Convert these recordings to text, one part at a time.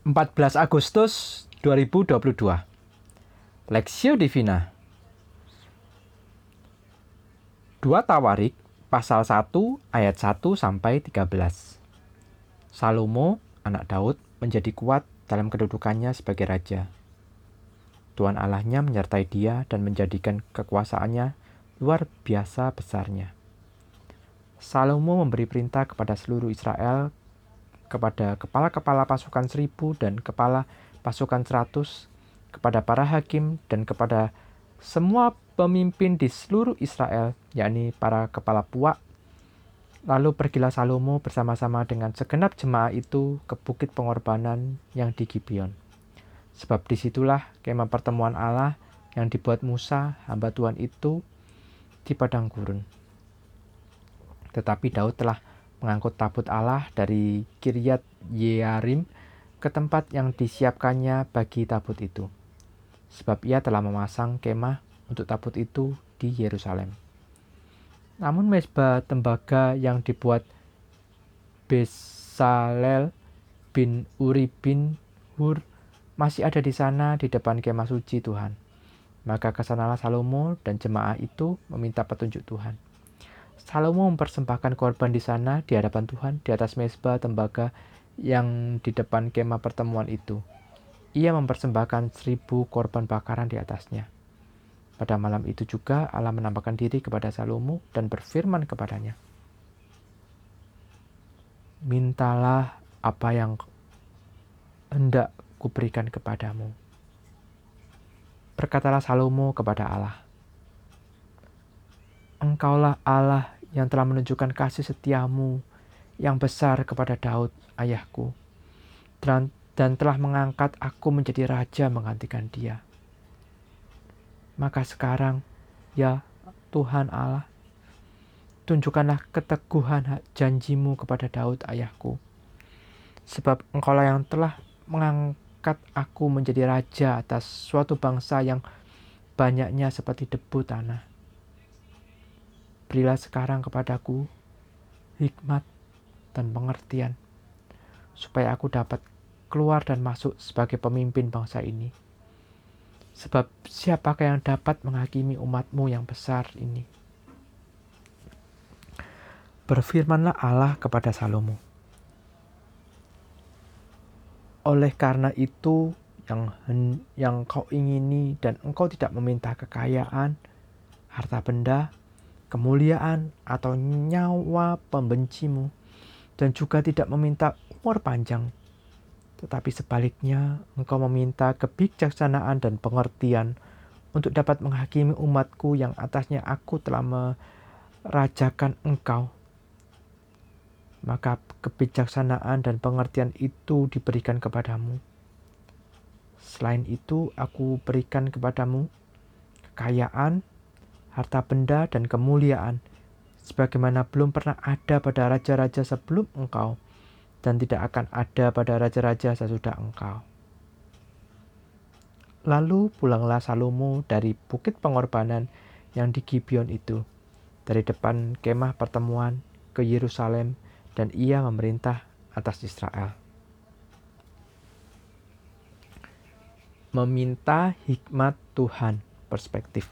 14 Agustus 2022. Lexio Divina 2 Tawarik pasal 1 ayat 1 sampai 13. Salomo, anak Daud, menjadi kuat dalam kedudukannya sebagai raja. Tuhan Allahnya menyertai dia dan menjadikan kekuasaannya luar biasa besarnya. Salomo memberi perintah kepada seluruh Israel, kepada kepala-kepala pasukan 1000 dan kepala pasukan 100, kepada para hakim dan kepada semua pemimpin di seluruh Israel, yakni para kepala puak. Lalu pergilah Salomo bersama-sama dengan segenap jemaah itu ke bukit pengorbanan yang di Gibeon. Sebab disitulah kemah pertemuan Allah yang dibuat Musa, hamba Tuhan itu, di padang gurun. Tetapi Daud telah mengangkut tabut Allah dari Kiryat Yearim ke tempat yang disiapkannya bagi tabut itu. Sebab ia telah memasang kemah untuk tabut itu di Yerusalem. Namun mezbah tembaga yang dibuat Bezalel bin Uri bin Hur masih ada di sana di depan kemah suci Tuhan. Maka kesanalah Salomo dan jemaah itu meminta petunjuk Tuhan. Salomo mempersembahkan korban di sana di hadapan Tuhan di atas mezbah tembaga yang di depan kemah pertemuan itu. Ia mempersembahkan 1000 korban bakaran di atasnya. Pada malam itu juga Allah menampakkan diri kepada Salomo dan berfirman kepadanya, "Mintalah apa yang hendak kuberikan kepadamu." Berkatalah Salomo kepada Allah, "Engkaulah Allah yang telah menunjukkan kasih setiamu yang besar kepada Daud, ayahku, dan telah mengangkat aku menjadi raja menggantikan dia. Maka sekarang, ya Tuhan Allah, tunjukkanlah keteguhan janjimu kepada Daud, ayahku. Sebab engkaulah yang telah mengangkat aku menjadi raja atas suatu bangsa yang banyaknya seperti debu tanah. Berilah sekarang kepadaku hikmat dan pengertian, supaya aku dapat keluar dan masuk sebagai pemimpin bangsa ini. Sebab siapakah yang dapat menghakimi umatmu yang besar ini?" Berfirmanlah Allah kepada Salomo, "Oleh karena itu yang kau ingini dan engkau tidak meminta kekayaan, harta benda, kemuliaan, atau nyawa pembencimu, dan juga tidak meminta umur panjang. Tetapi sebaliknya, engkau meminta kebijaksanaan dan pengertian untuk dapat menghakimi umatku yang atasnya aku telah merajakan engkau. Maka kebijaksanaan dan pengertian itu diberikan kepadamu. Selain itu, aku berikan kepadamu kekayaan, harta benda, dan kemuliaan, sebagaimana belum pernah ada pada raja-raja sebelum engkau, dan tidak akan ada pada raja-raja sesudah engkau." Lalu pulanglah Salomo dari bukit pengorbanan yang di Gibeon itu, dari depan kemah pertemuan ke Yerusalem, dan ia memerintah atas Israel. Meminta hikmat Tuhan, perspektif.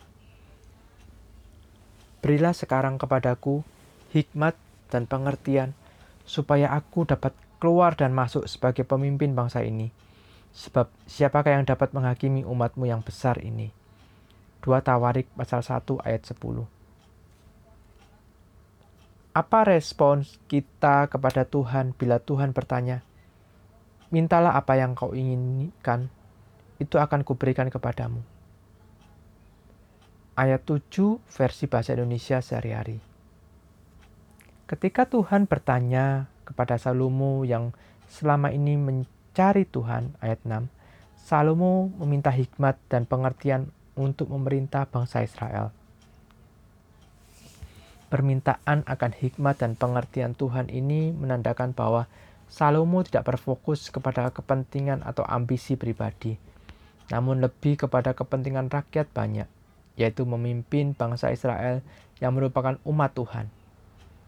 Berilah sekarang kepadaku hikmat dan pengertian, supaya aku dapat keluar dan masuk sebagai pemimpin bangsa ini. Sebab siapakah yang dapat menghakimi umatmu yang besar ini? 2 Tawarik pasal 1 ayat 10. Apa respons kita kepada Tuhan bila Tuhan bertanya, "Mintalah apa yang kau inginkan, itu akan kuberikan kepadamu"? Ayat 7 versi bahasa Indonesia sehari-hari. Ketika Tuhan bertanya kepada Salomo yang selama ini mencari Tuhan, ayat 6, Salomo meminta hikmat dan pengertian untuk memerintah bangsa Israel. Permintaan akan hikmat dan pengertian Tuhan ini menandakan bahwa Salomo tidak berfokus kepada kepentingan atau ambisi pribadi, namun lebih kepada kepentingan rakyat banyak, yaitu memimpin bangsa Israel yang merupakan umat Tuhan.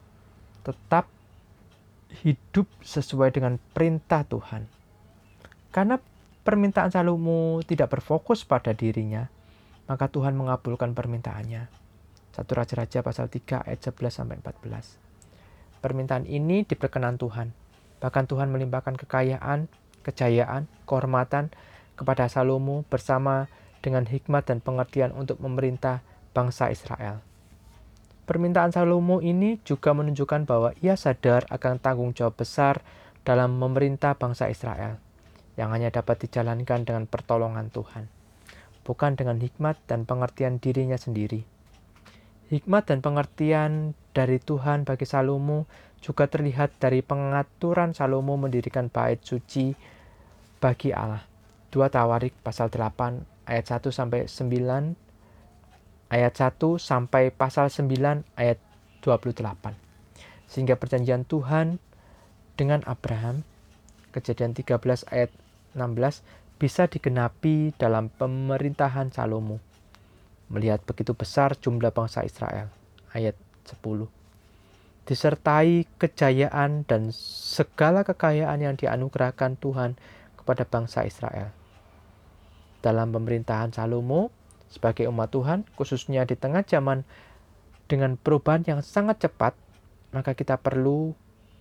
Tetap hidup sesuai dengan perintah Tuhan. Karena permintaan Salomo tidak berfokus pada dirinya, maka Tuhan mengabulkan permintaannya. 1 Raja-Raja pasal 3 ayat 11-14. Permintaan ini diperkenan Tuhan. Bahkan Tuhan melimpahkan kekayaan, kejayaan, kehormatan kepada Salomo bersama dengan hikmat dan pengertian untuk memerintah bangsa Israel. Permintaan Salomo ini juga menunjukkan bahwa ia sadar akan tanggung jawab besar dalam memerintah bangsa Israel, yang hanya dapat dijalankan dengan pertolongan Tuhan, bukan dengan hikmat dan pengertian dirinya sendiri. Hikmat dan pengertian dari Tuhan bagi Salomo juga terlihat dari pengaturan Salomo mendirikan bait suci bagi Allah. 2 Tawarik pasal 8 ayat 1 sampai 9, ayat 1 sampai pasal 9 ayat 28. Sehingga perjanjian Tuhan dengan Abraham, Kejadian 13 ayat 16, bisa digenapi dalam pemerintahan Salomo. Melihat begitu besar jumlah bangsa Israel, ayat 10. Disertai kejayaan dan segala kekayaan yang dianugerahkan Tuhan kepada bangsa Israel. Dalam pemerintahan Salomo, sebagai umat Tuhan, khususnya di tengah zaman dengan perubahan yang sangat cepat, maka kita perlu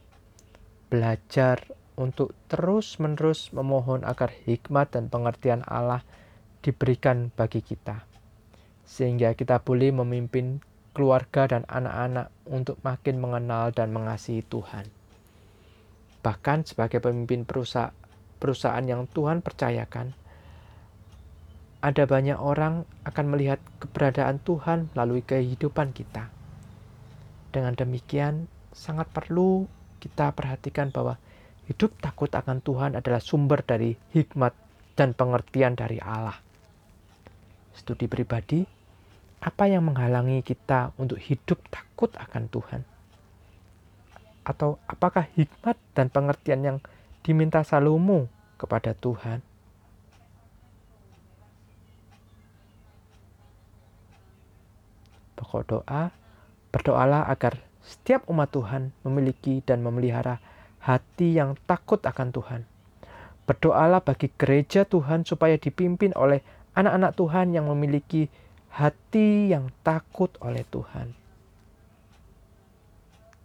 belajar untuk terus-menerus memohon agar hikmat dan pengertian Allah diberikan bagi kita, sehingga kita boleh memimpin keluarga dan anak-anak untuk makin mengenal dan mengasihi Tuhan. Bahkan sebagai pemimpin perusahaan yang Tuhan percayakan, ada banyak orang akan melihat keberadaan Tuhan melalui kehidupan kita. Dengan demikian, sangat perlu kita perhatikan bahwa hidup takut akan Tuhan adalah sumber dari hikmat dan pengertian dari Allah. Studi pribadi, apa yang menghalangi kita untuk hidup takut akan Tuhan? Atau apakah hikmat dan pengertian yang diminta Salomo kepada Tuhan? Pokok doa, berdoalah agar setiap umat Tuhan memiliki dan memelihara hati yang takut akan Tuhan. Berdoalah bagi gereja Tuhan supaya dipimpin oleh anak-anak Tuhan yang memiliki hati yang takut oleh Tuhan.